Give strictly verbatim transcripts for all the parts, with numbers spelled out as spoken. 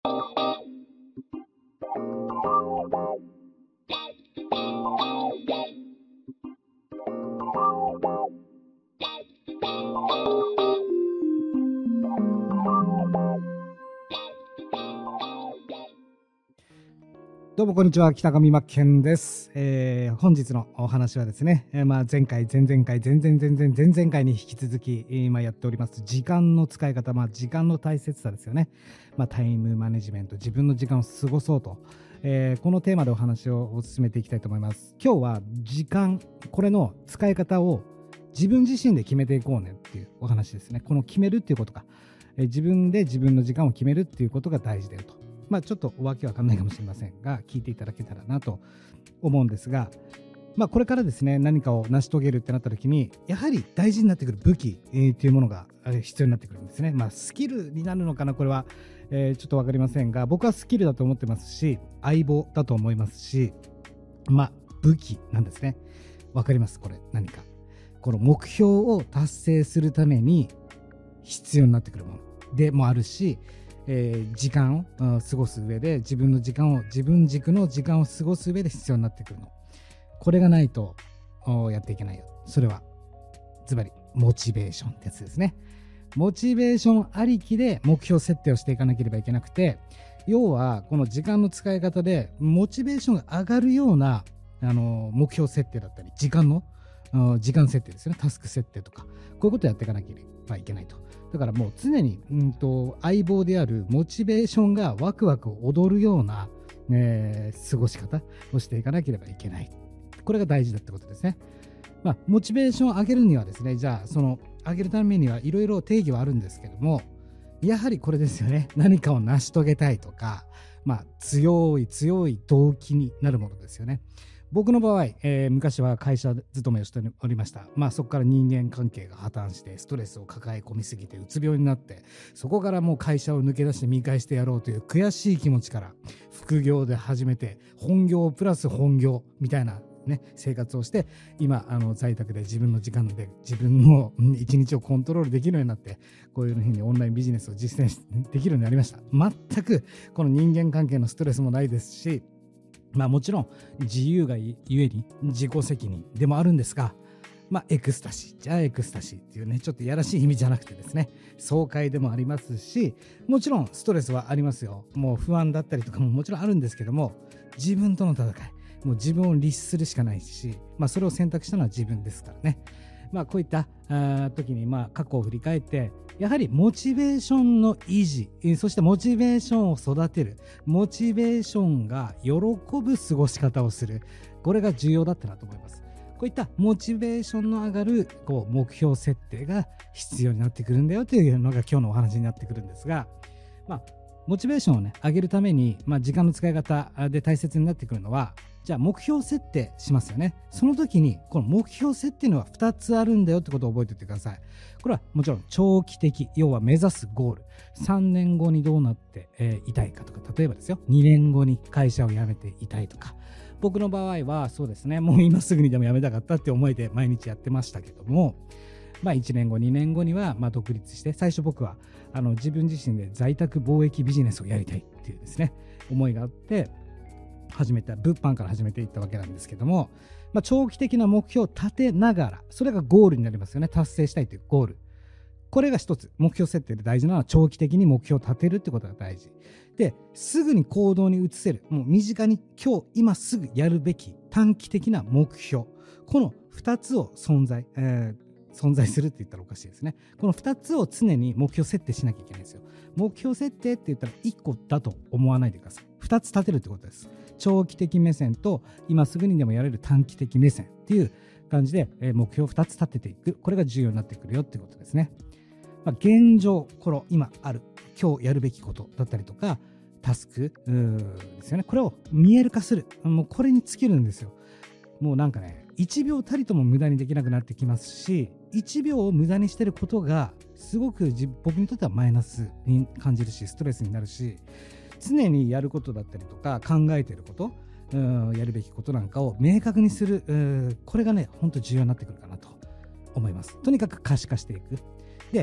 どうもこんにちは、北上真剣です。えー、本日のお話はですね、えー、まあ前回、前々回、前々前々前々回に引き続き今やっております時間の使い方、まあ時間の大切さですよね。まあタイムマネジメント、自分の時間を過ごそうと、えー、このテーマでお話を進めていきたいと思います。今日は時間、これの使い方を自分自身で決めていこうねっていうお話ですね。この決めるっていうことか、えー、自分で自分の時間を決めるっていうことが大事だよと。まあちょっとおわけわかんないかもしれませんが、聞いていただけたらなと思うんですが、まあこれからですね、何かを成し遂げるってなった時に、やはり大事になってくる武器、えー、っていうものが必要になってくるんですね。まあスキルになるのかな、これは、えー、ちょっとわかりませんが、僕はスキルだと思ってますし、相棒だと思いますし、まあ武器なんですね。わかります？これ何か。この目標を達成するために必要になってくるものでもあるし、えー、時間を過ごす上で自分の時間を自分軸の時間を過ごす上で必要になってくるの。これがないとやっていけないよ。それはズバリモチベーションってやつですね。モチベーションありきで目標設定をしていかなければいけなくて、要はこの時間の使い方でモチベーションが上がるようなあの目標設定だったり、時間の時間設定ですね、タスク設定とか、こういうことをやっていかなければいけないと。だからもう常に、うんと、相棒であるモチベーションがワクワク踊るような、えー、過ごし方をしていかなければいけない。これが大事だってことですね。まあ、モチベーションを上げるにはですね、じゃあその上げるためにはいろいろ定義はあるんですけども、やはりこれですよね。何かを成し遂げたいとか、まあ、強い強い動機になるものですよね。僕の場合、えー、昔は会社勤めをしておりました。まあそこから人間関係が破綻してストレスを抱え込みすぎてうつ病になって、そこからもう会社を抜け出して見返してやろうという悔しい気持ちから副業で始めて本業プラス本業みたいなね生活をして、今あの在宅で自分の時間で自分の一日をコントロールできるようになって、こういうふうにオンラインビジネスを実践できるようになりました。全くこの人間関係のストレスもないですし、まあもちろん自由がゆえに自己責任でもあるんですが、まあエクスタシーじゃあエクスタシーっていうね、ちょっといやらしい意味じゃなくてですね、爽快でもありますし、もちろんストレスはありますよ。もう不安だったりとかももちろんあるんですけども、自分との戦い、もう自分を律するしかないし、まあそれを選択したのは自分ですからね。まあこういったあ時にまあ過去を振り返って、やはりモチベーションの維持、そしてモチベーションを育てる、モチベーションが喜ぶ過ごし方をする、これが重要だったなと思います。こういったモチベーションの上がるこう目標設定が必要になってくるんだよというのが今日のお話になってくるんですが、まあモチベーションをね上げるために、まあ、時間の使い方で大切になってくるのは、じゃあ目標設定しますよね。その時にこの目標設定のはふたつあるんだよってことを覚えておいてください。これはもちろん長期的、要は目指すゴール、さんねんごにどうなって、えー、いたいかとか、例えばですよ、にねんごに会社を辞めていたいとか、僕の場合はそうですね、もう今すぐにでも辞めたかったって思いで毎日やってましたけども、まあ、いちねんごにねんごにはまあ独立して、最初僕はあの自分自身で在宅貿易ビジネスをやりたいっていうですね思いがあって始めた、物販から始めていったわけなんですけども、まあ、長期的な目標を立てながら、それがゴールになりますよね。達成したいというゴール、これが一つ目標設定で大事なのは、長期的に目標を立てるってことが大事で、すぐに行動に移せる、もう身近に今日今すぐやるべき短期的な目標、このふたつを存在、えー存在するって言ったらおかしいですね。このふたつを常に目標設定しなきゃいけないんですよ。目標設定って言ったらいっこだと思わないでください。ふたつ立てるってことです。長期的目線と今すぐにでもやれる短期的目線っていう感じで目標をふたつ立てていく。これが重要になってくるよってことですね。まあ、現状、この今ある、今日やるべきことだったりとか、タスクですよね。これを見える化する。もうこれに尽きるんですよ。もうなんかね、いちびょうたりとも無駄にできなくなってきますし、いちびょうを無駄にしてることがすごく僕にとってはマイナスに感じるし、ストレスになるし、常にやることだったりとか考えていること、うんやるべきことなんかを明確にする、これがね本当重要になってくるかなと思います。とにかく可視化していく。で、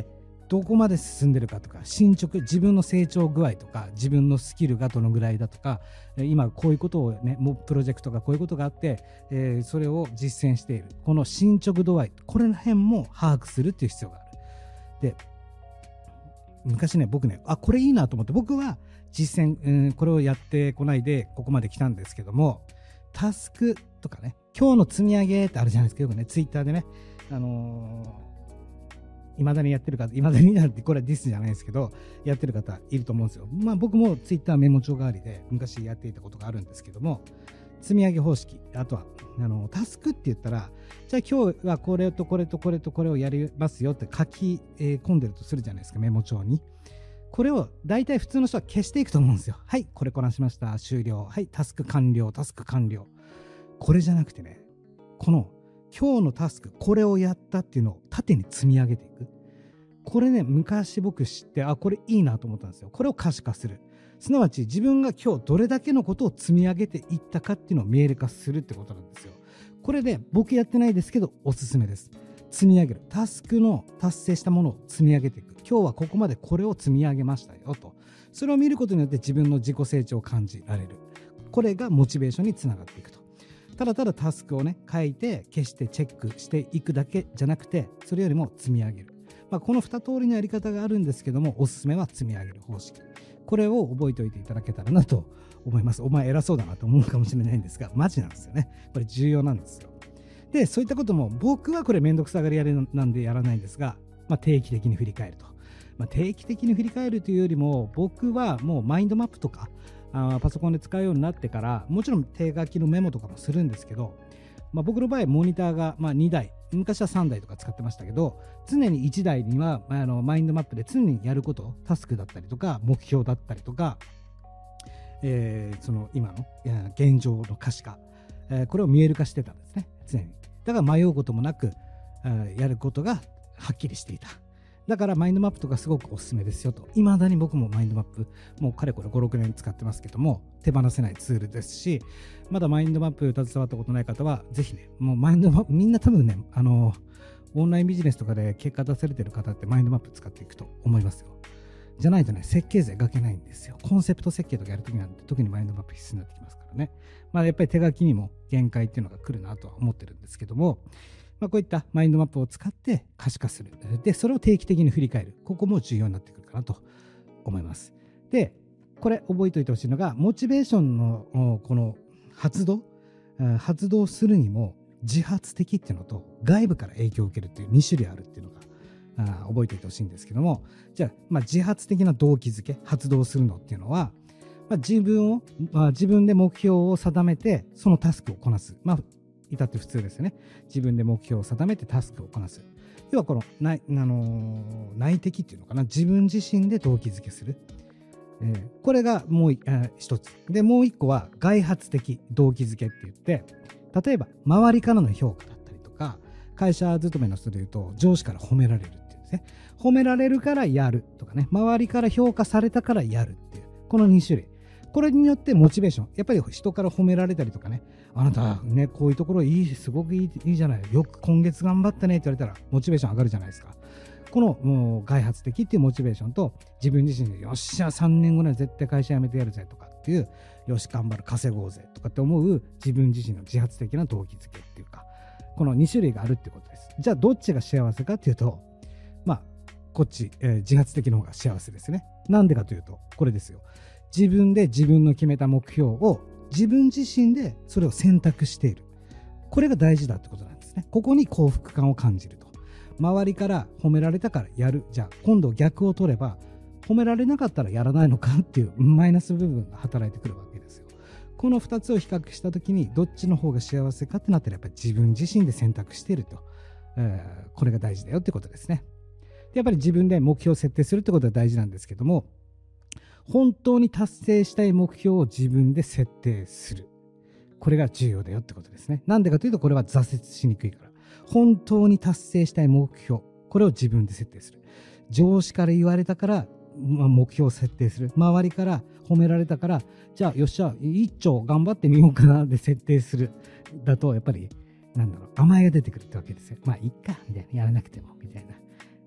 どこまで進んでるかとか、進捗、自分の成長具合とか、自分のスキルがどのぐらいだとか、今こういうことをね、もうプロジェクトがこういうことがあって、えー、それを実践している。この進捗度合い、これら辺も把握するっていう必要がある。で、昔ね、僕ね、あ、これいいなと思って、僕は実践、うん、これをやってこないで、ここまで来たんですけども、タスクとかね、今日の積み上げってあるじゃないですか、よくね、ツイッターでね、あのー、いまだにやってる方、いまだになんて、これはディスじゃないですけど、やってる方いると思うんですよ。まあ僕もツイッターメモ帳代わりで昔やっていたことがあるんですけども、積み上げ方式、あとはあのタスクって言ったら、じゃあ今日はこれとこれとこれとこれをやりますよって書き、えー、込んでるとするじゃないですか、メモ帳に。これを大体普通の人は消していくと思うんですよ。はい、これこなしました、終了。はい、タスク完了、タスク完了。これじゃなくてね、この今日のタスク、これをやったっていうのを縦に積み上げていく。これね、昔僕知って、あ、これいいなと思ったんですよ。これを可視化する。すなわち自分が今日どれだけのことを積み上げていったかっていうのを見える化するってことなんですよ。これで僕やってないですけど、おすすめです。積み上げる。タスクの達成したものを積み上げていく。今日はここまでこれを積み上げましたよと。それを見ることによって自分の自己成長を感じられる。これがモチベーションにつながっていくと。ただただタスクをね、書いて消してチェックしていくだけじゃなくて、それよりも積み上げる。まあ、このに通りのやり方があるんですけども、おすすめは積み上げる方式。これを覚えておいていただけたらなと思います。お前偉そうだなと思うかもしれないんですが、マジなんですよね。これ重要なんですよ。で、そういったことも僕はこれめんどくさがり屋なんでやらないんですが、まあ、定期的に振り返ると。まあ、定期的に振り返るというよりも、僕はもうマインドマップとかあパソコンで使うようになってから、もちろん手書きのメモとかもするんですけど、まあ、僕の場合モニターがまあにだい、昔はさんだいとか使ってましたけど、常にいちだいにはあのマインドマップで常にやること、タスクだったりとか目標だったりとか、えー、その今の現状の可視化、えー、これを見える化してたんですね、常に。だから迷うこともなく、えー、やることがはっきりしていた。だからマインドマップとかすごくおすすめですよと。いまだに僕もマインドマップ、もうかれこれご、ろくねん使ってますけども、手放せないツールですし、まだマインドマップ携わったことない方は、ぜひね、もうマインドマップ、みんな多分ね、あの、オンラインビジネスとかで結果出されてる方ってマインドマップ使っていくと思いますよ。じゃないとね、設計図描けないんですよ。コンセプト設計とかやるときなんて、特にマインドマップ必須になってきますからね。まあやっぱり手書きにも限界っていうのが来るなとは思ってるんですけども、まあ、こういったマインドマップを使って可視化する。で、それを定期的に振り返る。ここも重要になってくるかなと思います。で、これ覚えておいてほしいのが、モチベーションのこの発動、発動するにも自発的っていうのと外部から影響を受けるっていうに種類あるっていうのがあ覚えておいてほしいんですけども、じゃあ、まあ、自発的な動機づけ、発動するのっていうのは、まあ、自分を、まあ、自分で目標を定めてそのタスクをこなす。まあ至って普通ですよね。自分で目標を定めてタスクをこなす。要はこの内、あのー、内的っていうのかな、自分自身で動機づけする。えー、これがもう一つ。で、もう一個は外発的動機づけって言って、例えば周りからの評価だったりとか、会社勤めの人で言うと上司から褒められるっていうんですね。褒められるからやるとかね、周りから評価されたからやるっていう、このに種類。これによってモチベーション、やっぱり人から褒められたりとかね、あなたね、こういうところいい、すごくいい、いいじゃない、よく今月頑張ったねって言われたら、モチベーション上がるじゃないですか。このもう外発的っていうモチベーションと、自分自身でよっしゃ、さんねんごには絶対会社辞めてやるぜとかっていう、よし、頑張る、稼ごうぜとかって思う自分自身の自発的な動機づけっていうか、このに種類があるってことです。じゃあ、どっちが幸せかっていうと、まあ、こっち、えー、自発的の方が幸せですね。なんでかというと、これですよ。自分で自分の決めた目標を自分自身でそれを選択している。これが大事だってことなんですね。ここに幸福感を感じると。周りから褒められたからやる。じゃあ今度逆を取れば、褒められなかったらやらないのかっていうマイナス部分が働いてくるわけですよ。このふたつを比較したときにどっちの方が幸せかってなったらやっぱり自分自身で選択していると。えー、これが大事だよってことですね。でやっぱり自分で目標を設定するってことが大事なんですけども、本当に達成したい目標を自分で設定する。これが重要だよってことですね。なんでかというと、これは挫折しにくいから。本当に達成したい目標、これを自分で設定する。上司から言われたから、まあ、目標を設定する。周りから褒められたから、じゃあよっしゃ、一丁頑張ってみようかなで設定する。だと、やっぱり、なんだろう、甘えが出てくるってわけですよ。まあ、いっか、みたいな。やらなくても、みたいな。ね。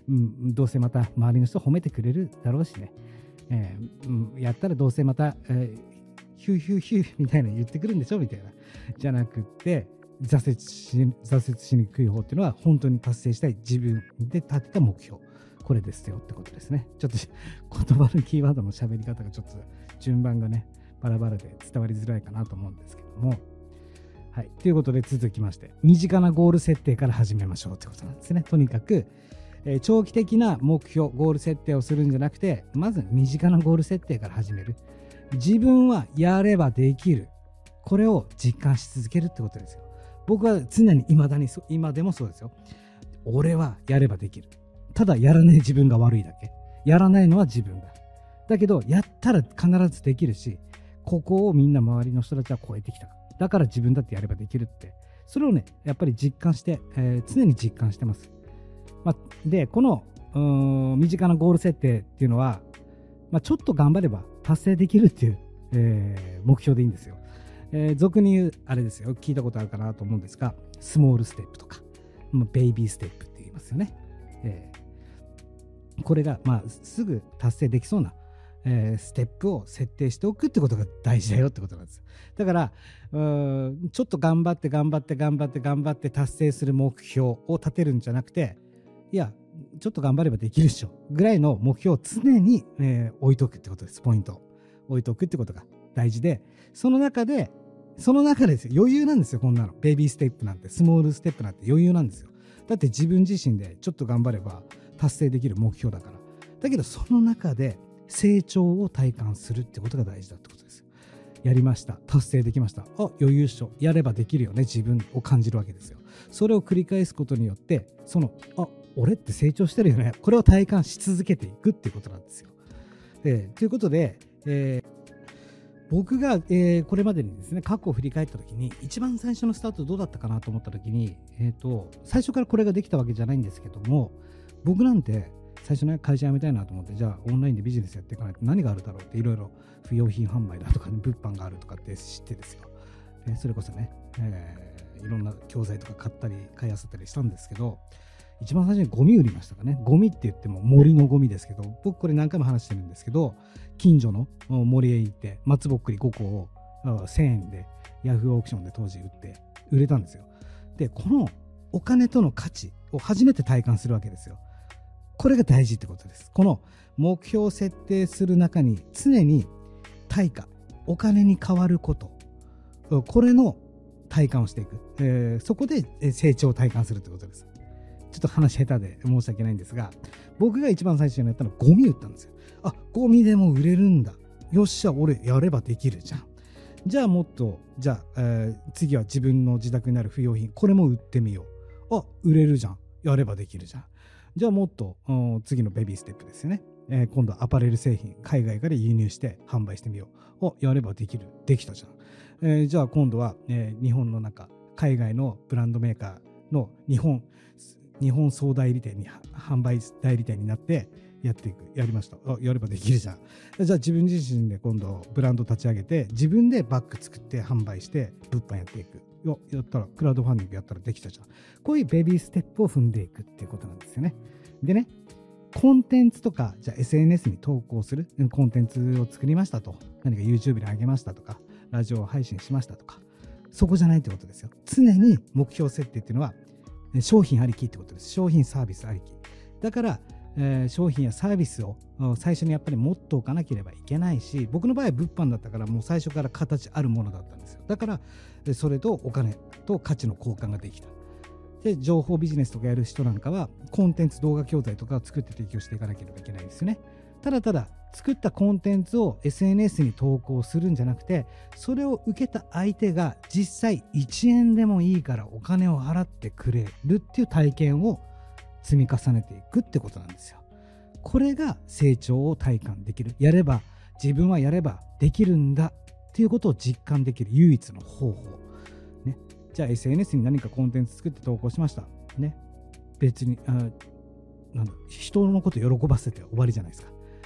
うん、どうせまた周りの人褒めてくれるだろうしね、えーうん、やったらどうせまた、えー、ヒューヒューヒューみたいな言ってくるんでしょみたいな、じゃなくって挫折し挫折しにくい方っていうのは本当に達成したい自分で立てた目標、これですよってことですね。ちょっと言葉のキーワードの喋り方がちょっと順番がねバラバラで伝わりづらいかなと思うんですけども、はい、ということで続きまして、身近なゴール設定から始めましょうってことなんですね。とにかく、えー、長期的な目標ゴール設定をするんじゃなくて、まず身近なゴール設定から始める。自分はやればできる、これを実感し続けるってことですよ。僕は常に未だにそ今でもそうですよ。俺はやればできる。ただやらない自分が悪いだけ。やらないのは自分だ。だけどやったら必ずできるし、ここをみんな周りの人たちは超えてきた。だから自分だってやればできるって、それをねやっぱり実感して、えー、常に実感してます。まあ、でこのうーん身近なゴール設定っていうのは、まあ、ちょっと頑張れば達成できるっていう、えー、目標でいいんですよ。えー、俗に言うあれですよ、聞いたことあるかなと思うんですが、スモールステップとか、まあ、ベイビーステップって言いますよね。えー、これが、まあ、すぐ達成できそうな、えー、ステップを設定しておくってことが大事だよってことなんです。だからうーんちょっと頑張って頑張って頑張って頑張って達成する目標を立てるんじゃなくて、いやちょっと頑張ればできるでしょぐらいの目標を常に、えー、置いとくってことです。ポイントを置いとくってことが大事で、その中でその中でですよ、余裕なんですよ。こんなのベイビーステップなんてスモールステップなんて余裕なんですよ。だって自分自身でちょっと頑張れば達成できる目標だから。だけどその中で成長を体感するってことが大事だってことです。やりました、達成できました、あ余裕っしょ、やればできるよね、自分を感じるわけですよ。それを繰り返すことによって、そのあ俺って成長してるよね、これを体感し続けていくっていうことなんですよ。えー、ということで、えー僕が、えー、これまでにですね過去を振り返った時に一番最初のスタートどうだったかなと思った時に、えーと、最初からこれができたわけじゃないんですけども、僕なんて最初ね会社辞めたいなと思って、じゃあオンラインでビジネスやっていかないと何があるだろうっていろいろ不用品販売だとか、ね、物販があるとかって知ってですよ、えー、それこそね、えー、いろんな教材とか買ったり買い漁ったりしたんですけど、一番最初にゴミ売りましたかね。ゴミって言っても森のゴミですけど、僕これ何回も話してるんですけど、近所の森へ行って松ぼっくりごこをせんえんでヤフーオークションで当時売って売れたんですよ。でこのお金との価値を初めて体感するわけですよ。これが大事ってことです。この目標を設定する中に常に対価、お金に変わること、これの体感をしていく、えー、そこで成長を体感するってことです。ちょっと話下手で申し訳ないんですが、僕が一番最初にやったのはゴミ売ったんですよ。あ、ゴミでも売れるんだ。よっしゃ、俺やればできるじゃん。じゃあもっと、じゃあ、えー、次は自分の自宅になる不用品、これも売ってみよう。あ、売れるじゃん。やればできるじゃん。じゃあもっと、次のベビーステップですよね。えー、今度はアパレル製品、海外から輸入して販売してみよう。あ、やればできる。できたじゃん。えー、じゃあ今度は、えー、日本の中、海外のブランドメーカーの日本、日本総代理店に販売代理店になってやっていく。やりました。あ、やればできるじゃん。じゃあ自分自身で今度ブランド立ち上げて自分でバッグ作って販売して物販やっていく。よやったらクラウドファンディングやったらできたじゃん。こういうベビーステップを踏んでいくっていうことなんですよね。でね、コンテンツとかじゃあ エスエヌエス に投稿するコンテンツを作りましたと、何か YouTube に上げましたとかラジオ配信しましたとか、そこじゃないってことですよ。常に目標設定っていうのは商品ありきってことです。商品サービスありきだから、えー、商品やサービスを最初にやっぱり持っておかなければいけないし、僕の場合は物販だったからもう最初から形あるものだったんですよ。だからそれとお金と価値の交換ができた。で情報ビジネスとかやる人なんかはコンテンツ動画教材とかを作って提供していかなければいけないですよね。ただただ作ったコンテンツを エスエヌエス に投稿するんじゃなくて、それを受けた相手が実際いちえんでもいいからお金を払ってくれるっていう体験を積み重ねていくってことなんですよ。これが成長を体感できる、やれば自分はやればできるんだっていうことを実感できる唯一の方法、ね、じゃあ エスエヌエス に何かコンテンツ作って投稿しました、ね、別にあなんだ人のこと喜ばせて終わりじゃないですか。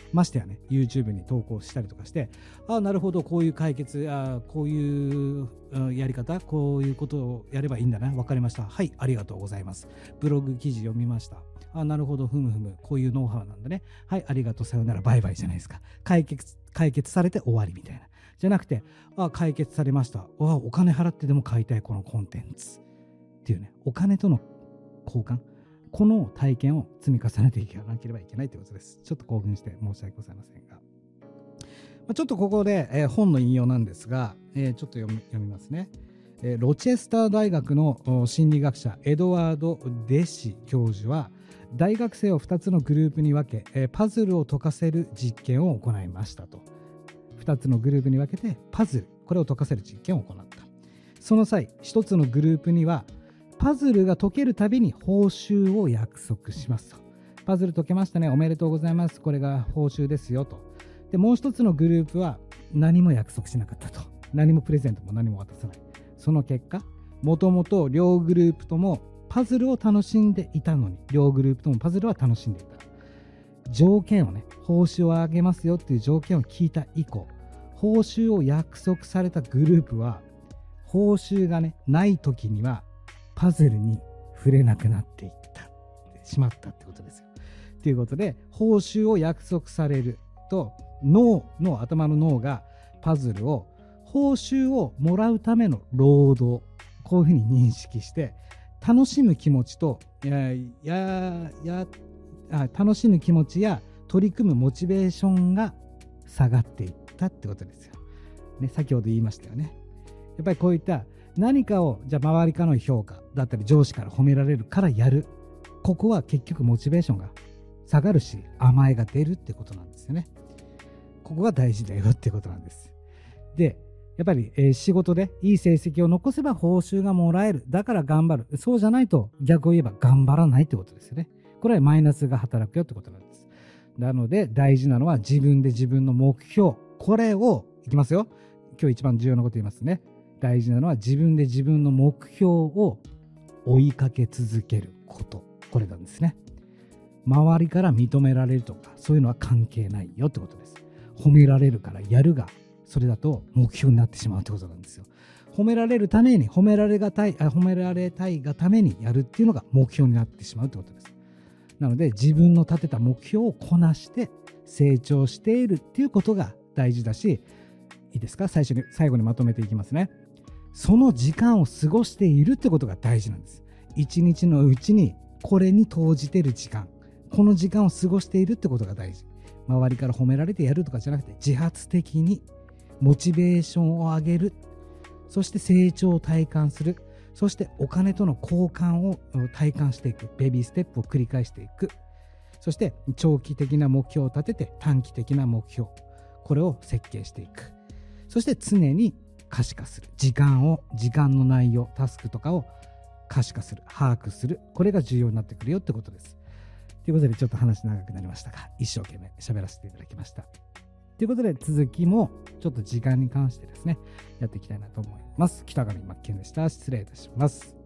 ましてやね YouTube に投稿したりとかして、ああなるほど、こういう解決、あこういうやり方、こういうことをやればいいんだな、分かりました、はいありがとうございます、ブログ記事読みました、あなるほど、ふむふむ、こういうノウハウなんだね、はいありがとう、さよなら、バイバイじゃないですか。解決解決されて終わりみたいな、じゃなくて、あ解決されました、あお金払ってでも買いたいこのコンテンツっていうね、お金との交換、この体験を積み重ねていかなければいけないということです。ちょっと興奮して申し訳ございませんが、まあ、ちょっとここで、えー、本の引用なんですが、えー、ちょっと読み、読みますね。えー、ロチェスター大学の心理学者エドワード・デシ教授は、大学生をふたつのグループに分け、えー、パズルを解かせる実験を行いましたと。ふたつのグループに分けてパズル、これを解かせる実験を行った。その際、ひとつのグループにはパズルが解けるたびに報酬を約束しますと。パズル解けましたね、おめでとうございます、これが報酬ですよと。でもう一つのグループは何も約束しなかったと。何もプレゼントも何も渡さない。その結果、もともと両グループともパズルを楽しんでいたのに、両グループともパズルは楽しんでいた。条件をね、報酬を上げますよっていう条件を聞いた以降、報酬を約束されたグループは報酬がねない時にはパズルに触れなくなっていったしまったってことですよ。ということで、報酬を約束されると脳の頭の脳がパズルを報酬をもらうための労働、こういうふうに認識して楽しむ気持ちとやややあ楽しむ気持ちや取り組むモチベーションが下がっていったってことですよ。ね、先ほど言いましたよね。やっぱりこういった何かをじゃあ周りからの評価だったり上司から褒められるからやる、ここは結局モチベーションが下がるし甘えが出るってことなんですよね。ここが大事だよってことなんです。でやっぱり、えー、仕事でいい成績を残せば報酬がもらえる、だから頑張る、そうじゃないと逆を言えば頑張らないってことですよね。これはマイナスが働くよってことなんです。なので大事なのは自分で自分の目標、これをいきますよ、今日一番重要なこと言いますね。大事なのは自分で自分の目標を追いかけ続けること、これなんですね。周りから認められるとかそういうのは関係ないよってことです。褒められるからやるが、それだと目標になってしまうってことなんですよ。褒められるために褒められがたいあ褒められたいがためにやるっていうのが目標になってしまうってことです。なので自分の立てた目標をこなして成長しているっていうことが大事だし、いいですか、最初に最後にまとめていきますね。その時間を過ごしているってことが大事なんです。一日のうちにこれに投じている時間、この時間を過ごしているってことが大事。周りから褒められてやるとかじゃなくて、自発的にモチベーションを上げる、そして成長を体感する、そしてお金との交換を体感していく、ベビーステップを繰り返していく、そして長期的な目標を立てて短期的な目標、これを設計していく。そして常に可視化する、時間を時間の内容、タスクとかを可視化する、把握する、これが重要になってくるよってことです。ということでちょっと話長くなりましたが、一生懸命喋らせていただきました。ということで続きもちょっと時間に関してですね、やっていきたいなと思います。北上真剣でした。失礼いたします。